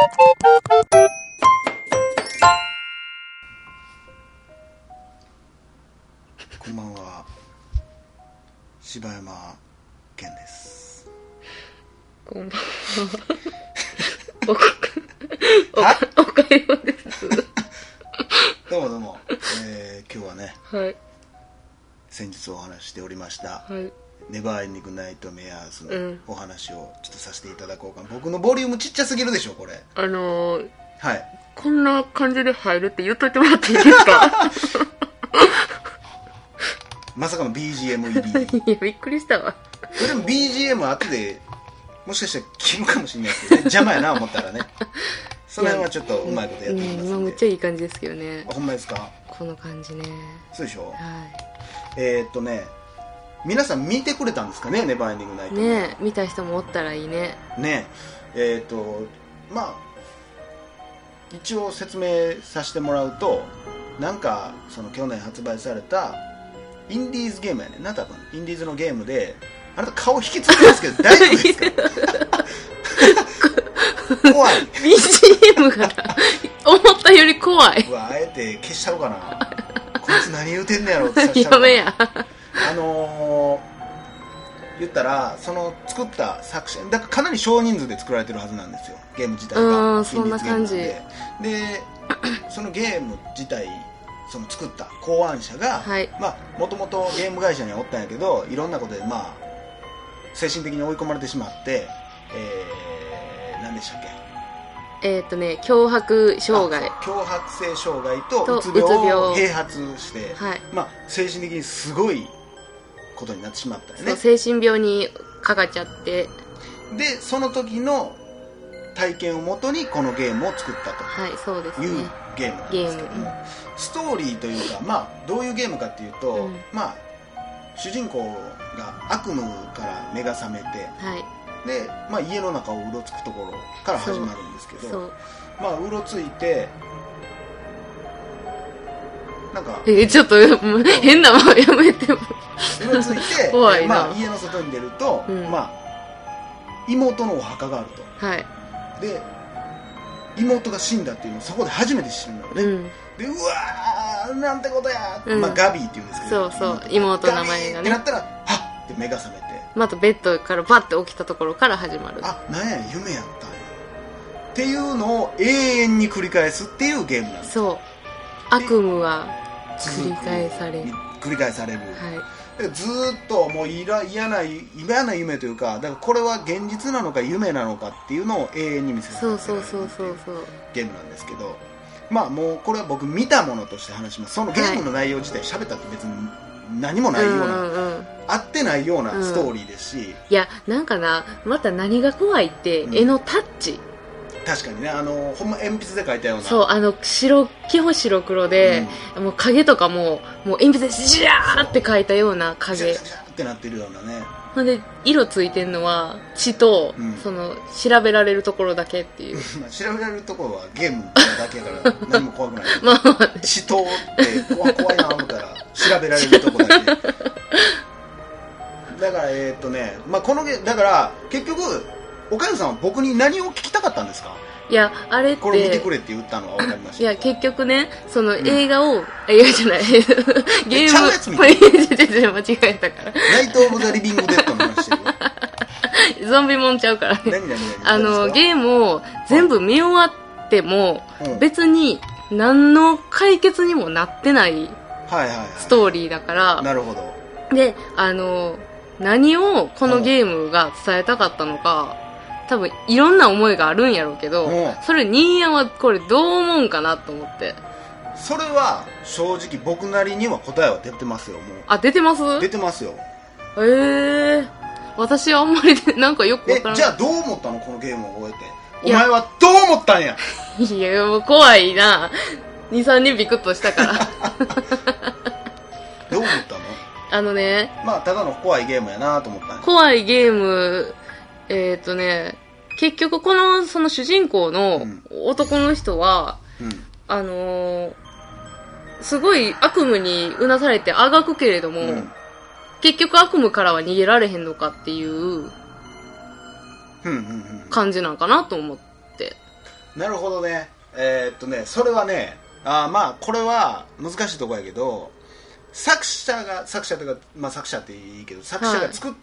こんばんは、柴山健です。 こんばんは。おかよです。 どうもどうも、今日はね、 はい、 先日お話しておりました、 はい、 ネバーエンディングナイトメアーズのお話をちょっとさせていただこうかな。僕のボリュームちっちゃすぎるでしょこれ。 はい、 こんな感じで入るって言っといてもらっていいですか？ まさかの BGM 入り。 いやびっくりしたわ。 でも BGM 後でもしかしたら切るかもしれないですけどね、邪魔やな思ったらね。その辺はちょっとうまいことやってみますんで。 今むっちゃいい感じですけどね。 ほんまですか？ この感じね。 そうでしょ。 はい。 皆さん見てくれたんですかね、ネバーエンディングナイトね。見た人もおったらいいね。 ね。まあ一応説明させてもらうと、なんかその去年発売されたインディーズゲームやねんな、多分インディーズのゲームで、あなた顔引きつってますけど大丈夫ですか？怖い。 BGM が思ったより怖い。 うわ、あえて消しちゃおうかな。こいつ何言うてんねやろってさしちゃおうかな。 やめや。 言ったらその作った作者だからかなり少人数で作られてるはずなんですよ、ゲーム自体が。 そんな感じでそのゲーム自体、その作った考案者が、 はい、 まあもともとゲーム会社にはおったんやけど、いろんなことでまあ精神的に追い込まれてしまって、何でしたっけ、 脅迫障害、 強迫性障害とうつうつ病病を併発して、 はい、 まあ、精神的にすごいことになってしまったよね。 そう、精神病にかかっちゃって、 でその時の体験をもとにこのゲームを作ったと、 はい、そうですね、 いうゲームなんですけども、ストーリーというか、まあ、どういうゲームかっていうと、まあ、主人公が悪夢から目が覚めて、 はい、 で、まあ、家の中をうろつくところから始まるんですけど、まあ、うろついてなんかちょっと変なままやめても。 うろついて怖いな。 まあ、家の外に出ると、まあ、妹のお墓があると、 はい、 で妹が死んだっていうのをそこで初めて知るのね、でうわーなんてことや、まあ、ガビーっていうんですけど、 そう妹の名前がね、 ってなったらはっって目が覚めて、 またベッドからバッて起きたところから始まる。 あ、なんや夢やったんやっていうのを永遠に繰り返すっていうゲームなんです。 そう、悪夢は繰り返される、 はい、ずーっともう嫌な夢というか、だからこれは現実なのか夢なのかっていうのを永遠に見せられるゲームなんですけど、まあもうこれは僕見たものとして話します。そのゲームの内容自体喋ったって別に何もないような、合ってないようなストーリーですし、 いやなんかな、また何が怖いって、絵のタッチ、 確かにね、ほんま鉛筆で描いたような、 そう基本白黒で、もう影とかも鉛筆でジャーって描いたような影、 ジャーってなってるようなね。 ほんで色ついてんのは血と、その調べられるところだけっていう調べられるところはゲームだけやから何も怖くない。 まあまあ、ね、 血とって怖いな思ったら調べられるところだけだからまあ、このだから結局おかゆさんは僕に何を聞きたかったんですか？ いや、あれってこれ見てくれって言ったのは分かりました。 いや、結局ね、その映画を、映画じゃないゲーム、 ちゃうやつ見て間違えたからナイト・オブ・ザ・リビング・デッドの話してるゾンビもんちゃうからね。 何ゲームを全部見終わっても、別に何の解決にもなってないストーリーだから、 なるほど。 で、何をこのゲームが伝えたかったのか、多分いろんな思いがあるんやろうけど、それ新谷はこれどう思うんかなと思って。 それは正直僕なりには答えは出てますよ。もう出てます？ 出てますよ。 私はあんまりなんかよくわからない。 じゃあどう思ったのこのゲームを終えて。お前はどう思ったんや。 いやもう怖いな。 2,3 人ビクッとしたからどう思ったの？まあただの怖いゲームやなと思ったんや。 怖いゲーム、結局その主人公の男の人は、すごい悪夢にうなされてあがくけれども、結局悪夢からは逃げられへんのかっていう感じなんかなと思って。 なるほどね。それはね、まあこれは難しいところやけど、作者というか、まあ作者っていいけど、作者が作った、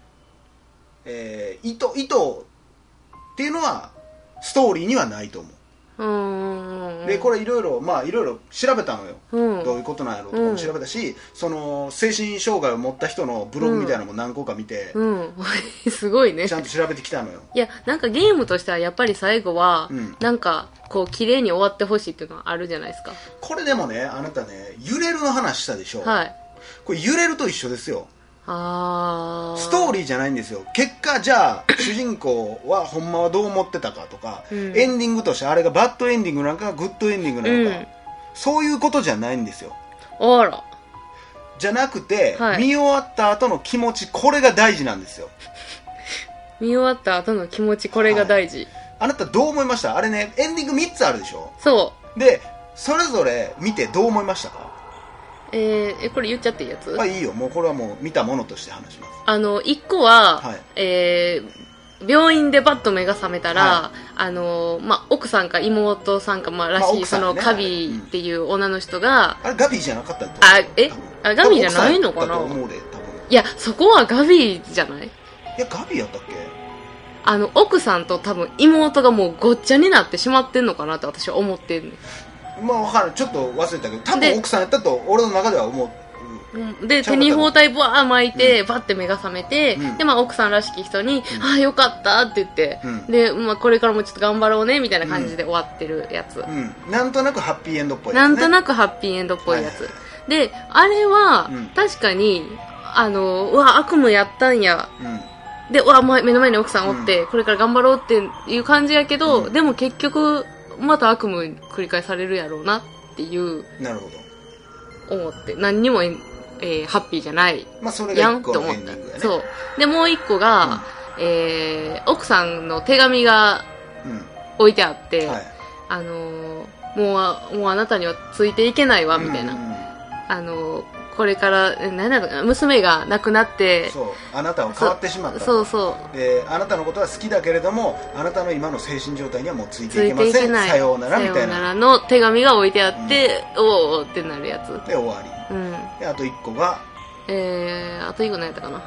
意図っていうのはストーリーにはないと思う。でこれいろいろ調べたのよ、どういうことなんやろうとかも調べたし、その精神障害を持った人のブログみたいなのも何個か見て、 すごいね、 ちゃんと調べてきたのよ。 いや、なんかゲームとしてはやっぱり最後は、なんかこう綺麗に終わってほしいっていうのはあるじゃないですか。 これでもね、あなたね、揺れるの話したでしょ。 はい。 これ揺れると一緒ですよ。ストーリーじゃないんですよ。結果じゃあ主人公はほんまはどう思ってたかとか、エンディングとしてあれがバッドエンディングなのかグッドエンディングなのか、そういうことじゃないんですよ。 あら。 じゃなくて、見終わった後の気持ち、これが大事なんですよ。 見終わった後の気持ち、これが大事。 あなたどう思いました？あれね、エンディング3つあるでしょ。 そうで、それぞれ見てどう思いましたか？ これ言っちゃっていいやつ？ いいよ、もうこれはもう見たものとして話します。 一個は、病院でバッと目が覚めたら、奥さんか妹さんからしい、そのガビーっていう女の人が、 あれガビーじゃなかったっけ？ガビーじゃないのかな？いや、そこはガビーじゃない？いや、ガビーやったっけ？ 奥さんと多分妹がもうごっちゃになってしまってんのかなって私は思ってんねん。 まあ分からん、ちょっと忘れたけど、多分奥さんやったと俺の中では思う。 で、手に包帯ブワー巻いて、バッて目が覚めて、で、奥さんらしき人に、よかったって言って、で、これからもちょっと頑張ろうね、みたいな感じで終わってるやつ。 なんとなくハッピーエンドっぽいやつね。なんとなくハッピーエンドっぽいやつ。で、あれは、確かに、悪夢やったんや。で、目の前に奥さんおって、これから頑張ろうっていう感じやけど、でも結局、また悪夢繰り返されるやろうなっていう。 なるほど。思って、何にもハッピーじゃないやんと思った。そう。で、もう一個が、奥さんの手紙が置いてあって、もうあなたにはついていけないわ、みたいな。これから、娘が亡くなって、 そう、あなたは変わってしまった。 そうで、あなたのことは好きだけれども、あなたの今の精神状態にはもうついていけません。さようならみたいな。さようならの手紙が置いてあって、おーってなるやつ。 で、終わり。で、あと1個が、 あと1個何やったかな。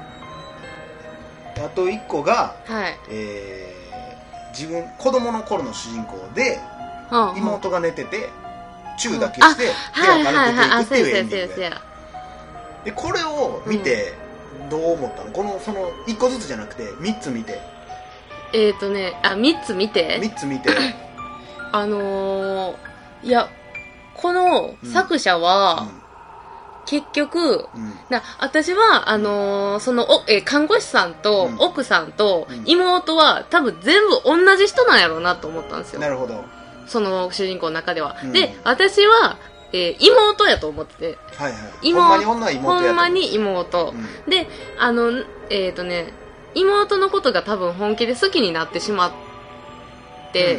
あと1個が、子供の頃の主人公で、妹が寝てて、チューだけして部屋から出ていくっていうエンディングや。でこれを見てどう思ったの？その1個ずつじゃなくて3つ見て。 3つ見ていや、この作者は、結局、私は、看護師さんと奥さんと妹は多分全部同じ人なんやろうなと思ったんですよ。 なるほど。 その主人公の中では。で、私は、妹やと思ってて。ほんまに妹。で、妹のことが多分本気で好きになってしまって。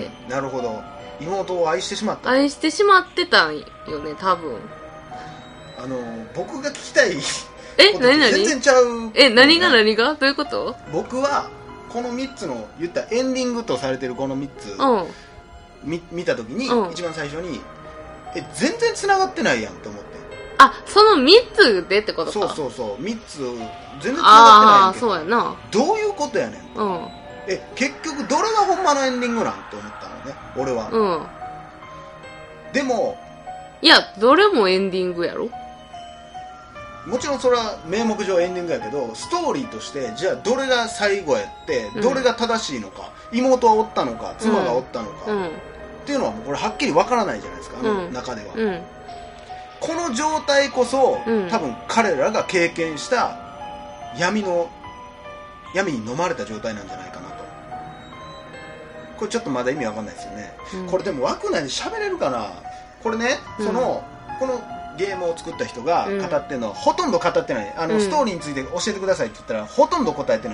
なるほど。妹を愛してしまった。 愛してしまってたんよね、多分。 僕が聞きたい。 何全然ちゃう。 何がどういうこと？ 僕は、この3つの、言ったエンディングとされてるこの3つ。見たときに、一番最初に全然繋がってないやんって思って。 その3つでってことか。 そう3つ全然繋がってないやんけど。 そうやな。 どういうことやねんと。結局どれがほんまのエンディングなんって思ったのね、俺は。でもいや、どれもエンディングやろ。 もちろんそれは名目上エンディングやけど、ストーリーとしてじゃあどれが最後やってどれが正しいのか、妹はおったのか妻がおったのか、っていうのはもうこれはっきりわからないじゃないですか、中では。この状態こそ、多分彼らが経験した闇に飲まれた状態なんじゃないかなと。これちょっとまだ意味わかんないですよね。これでも枠内で喋れるかな。これね、このゲームを作った人が語ってるのは、ほとんど語ってない。ストーリーについて教えてくださいって言ったらほとんど答えてない。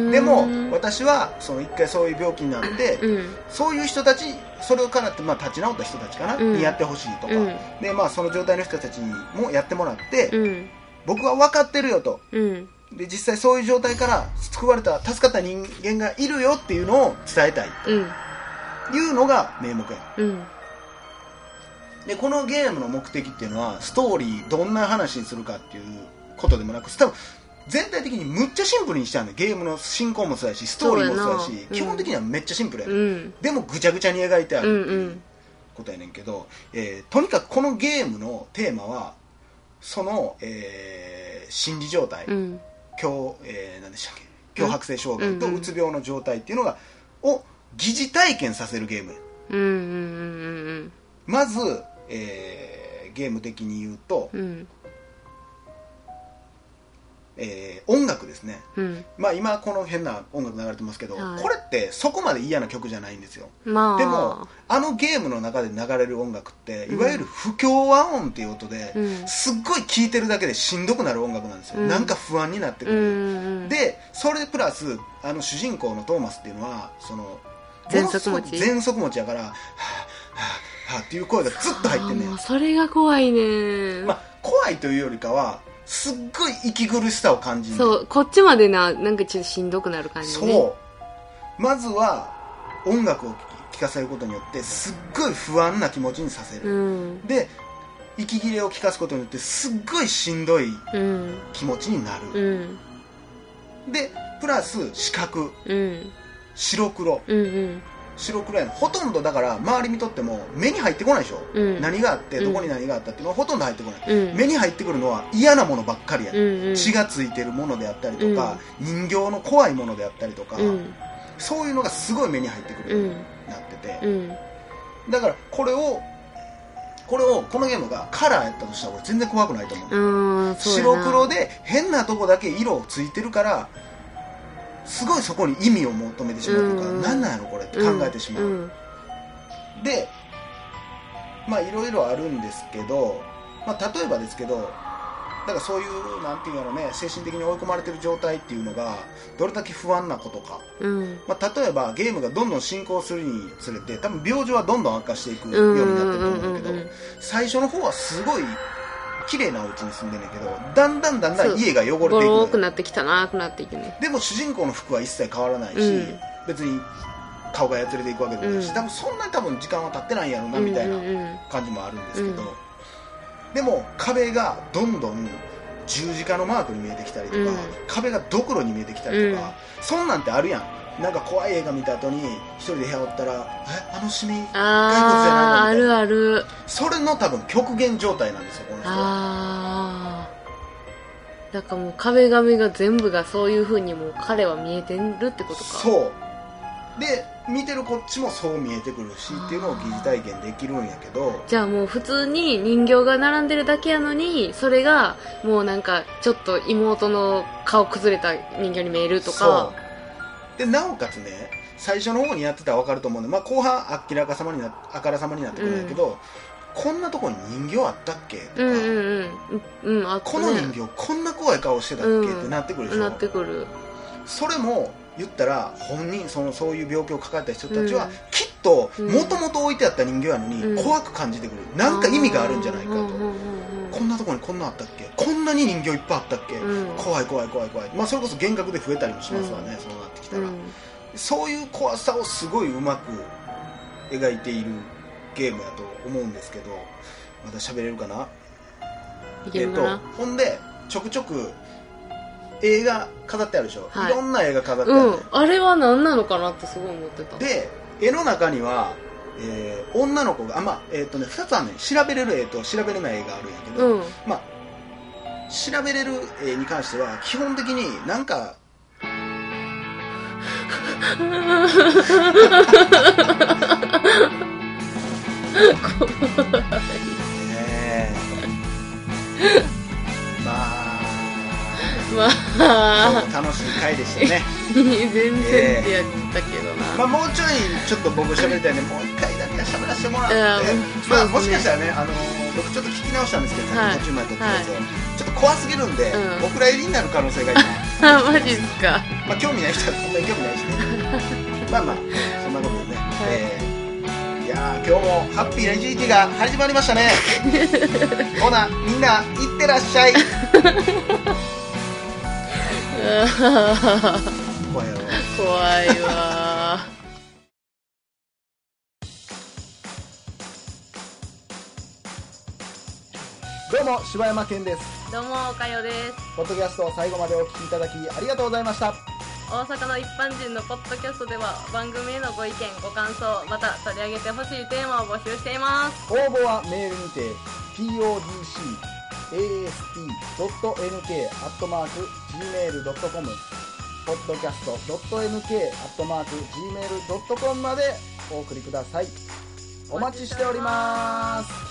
でも私は一回そういう病気になって、そういう人たち、それからって立ち直った人たちかな、にやってほしいとか、でその状態の人たちにもやってもらって、僕は分かってるよと、で実際そういう状態から救われた助かった人間がいるよっていうのを伝えたいと、 いうのが名目や、 うん、 でこのゲームの目的っていうのはストーリーどんな話にするかっていうことでもなく、多分全体的にむっちゃシンプルにしたんだ。ゲームの進行もそうやしストーリーもそうやし、基本的にはめっちゃシンプルやね、うん、でもぐちゃぐちゃに描いてあるっていうことやねんけど、とにかくこのゲームのテーマはその、心理状態、うん、何でしたっけ、強迫性障害とうつ病の状態っていうのがを疑似体験させるゲームや、うんうんうんうん、まず、ゲーム的に言うと、うん、音楽ですね、うん、まあ今この変な音楽流れてますけど、はい、これってそこまで嫌な曲じゃないんですよ、まあ、でもあのゲームの中で流れる音楽っていわゆる不協和音っていう音で、うん、すっごい聴いてるだけでしんどくなる音楽なんですよ、うん、なんか不安になってくる、うん、でそれプラス主人公のトーマスっていうのはその全速持ちやからはぁはぁはぁっていう声がずっと入ってんねん。 それが怖いね、 まあ、怖いというよりかはすっごい息苦しさを感じる。 そうこっちまでなんかちょっとしんどくなる感じね。 そうまずは音楽を聴かせることによってすっごい不安な気持ちにさせる、うん、で息切れを聞かすことによってすっごいしんどい気持ちになる、うん、でプラス視覚、うん、白黒、うんうん、白黒やのほとんどだから周り見とっても目に入ってこないでしょ、うん、何があってどこに何があったっていうのはほとんど入ってこない、うん、目に入ってくるのは嫌なものばっかりや、うんうん、血がついてるものであったりとか、うん、人形の怖いものであったりとか、うん、そういうのがすごい目に入ってくるようになってて、うん、だからこのゲームがカラーやったとしたら俺全然怖くないと思う、白黒で変なとこだけ色ついてるからすごいそこに意味を求めてしまうというか、何なんやろこれって考えてしまう、でまあいろいろあるんですけど、まあ、例えばですけどだからそういうなんていうんやろね、精神的に追い込まれてる状態っていうのがどれだけ不安なことか、まあ、例えばゲームがどんどん進行するにつれて多分病状はどんどん悪化していくようになってると思うんだけど、最初の方はすごい綺麗なお家に住んでんねんけどだんだん家が汚れていくのよ。 ボロくなってきたなくなっていくね。 でも主人公の服は一切変わらないし、別に顔がやつれていくわけでもないし、多分そんなに時間は経ってないやろなみたいな感じもあるんですけど、でも壁がどんどん十字架のマークに見えてきたりとか、壁がドクロに見えてきたりとか、そんなんてあるやん。なんか怖い映画見た後に一人で部屋おったらあのシミ骸骨じゃないのみたいな、 あるある、 それの多分極限状態なんですよこの人は。だからもう壁紙が全部がそういう風にもう彼は見えてるってことか。 そうで見てるこっちもそう見えてくるしっていうのを疑似体験できるんやけど、 じゃあもう普通に人形が並んでるだけやのにそれがもうなんかちょっと妹の顔崩れた人形に見えるとか。 そうでなおかつね、最初の方にやってたら分かると思うんで、まあ、後半あからさまになってくるんだけど、こんなとこに人形あったっけとか、この人形こんな怖い顔してたっけ、ってなってくるでしょ。 なってくる。 それも言ったら本人そういう病気を抱えた人たちは、きっともともと置いてあった人形やのに怖く感じてくる、なんか意味があるんじゃないかと、こんなとこにこんなあったっけ、こんなに人形いっぱいあったっけ、怖い、まあ、それこそ幻覚で増えたりもしますわね、そうなってきたら、そういう怖さをすごいうまく描いているゲームやと思うんですけど、まだ喋れるかな。ほんでちょくちょく映画飾ってあるでしょ、いろんな映画飾ってある、 あれは何なのかなってすごい思ってた。 で絵の中には、女の子が2つあるね。調べれる絵と調べれない絵があるんやけど、まあ調べれる絵に関しては基本的になんか怖いまあ楽しい回でしたね。 全然ってやったけどな、 まあ、もうちょいちょっと僕喋りたいんでもう一回だけ喋らせてもらって、まあ、もしかしたらね僕ちょっと聞き直したんですけど、途中まで撮ったやつを、ちょっと怖すぎるんで、お蔵入りになる可能性が今マジっすか。 まあ興味ない人はそんなに興味ないしねまあそんなことでね、いや今日もハッピーな一日が始まりましたねほなみんないってらっしゃい怖いわどうも柴山健です。 どうも岡代です。 ポッドキャストを最後までお聞きいただきありがとうございました。 大阪の一般人のポッドキャストでは番組へのご意見ご感想また取り上げてほしいテーマを募集しています。 応募はメールにて podcast.nk@gmail.com podcast.nk@gmail.com までお送りください。お待ちしております。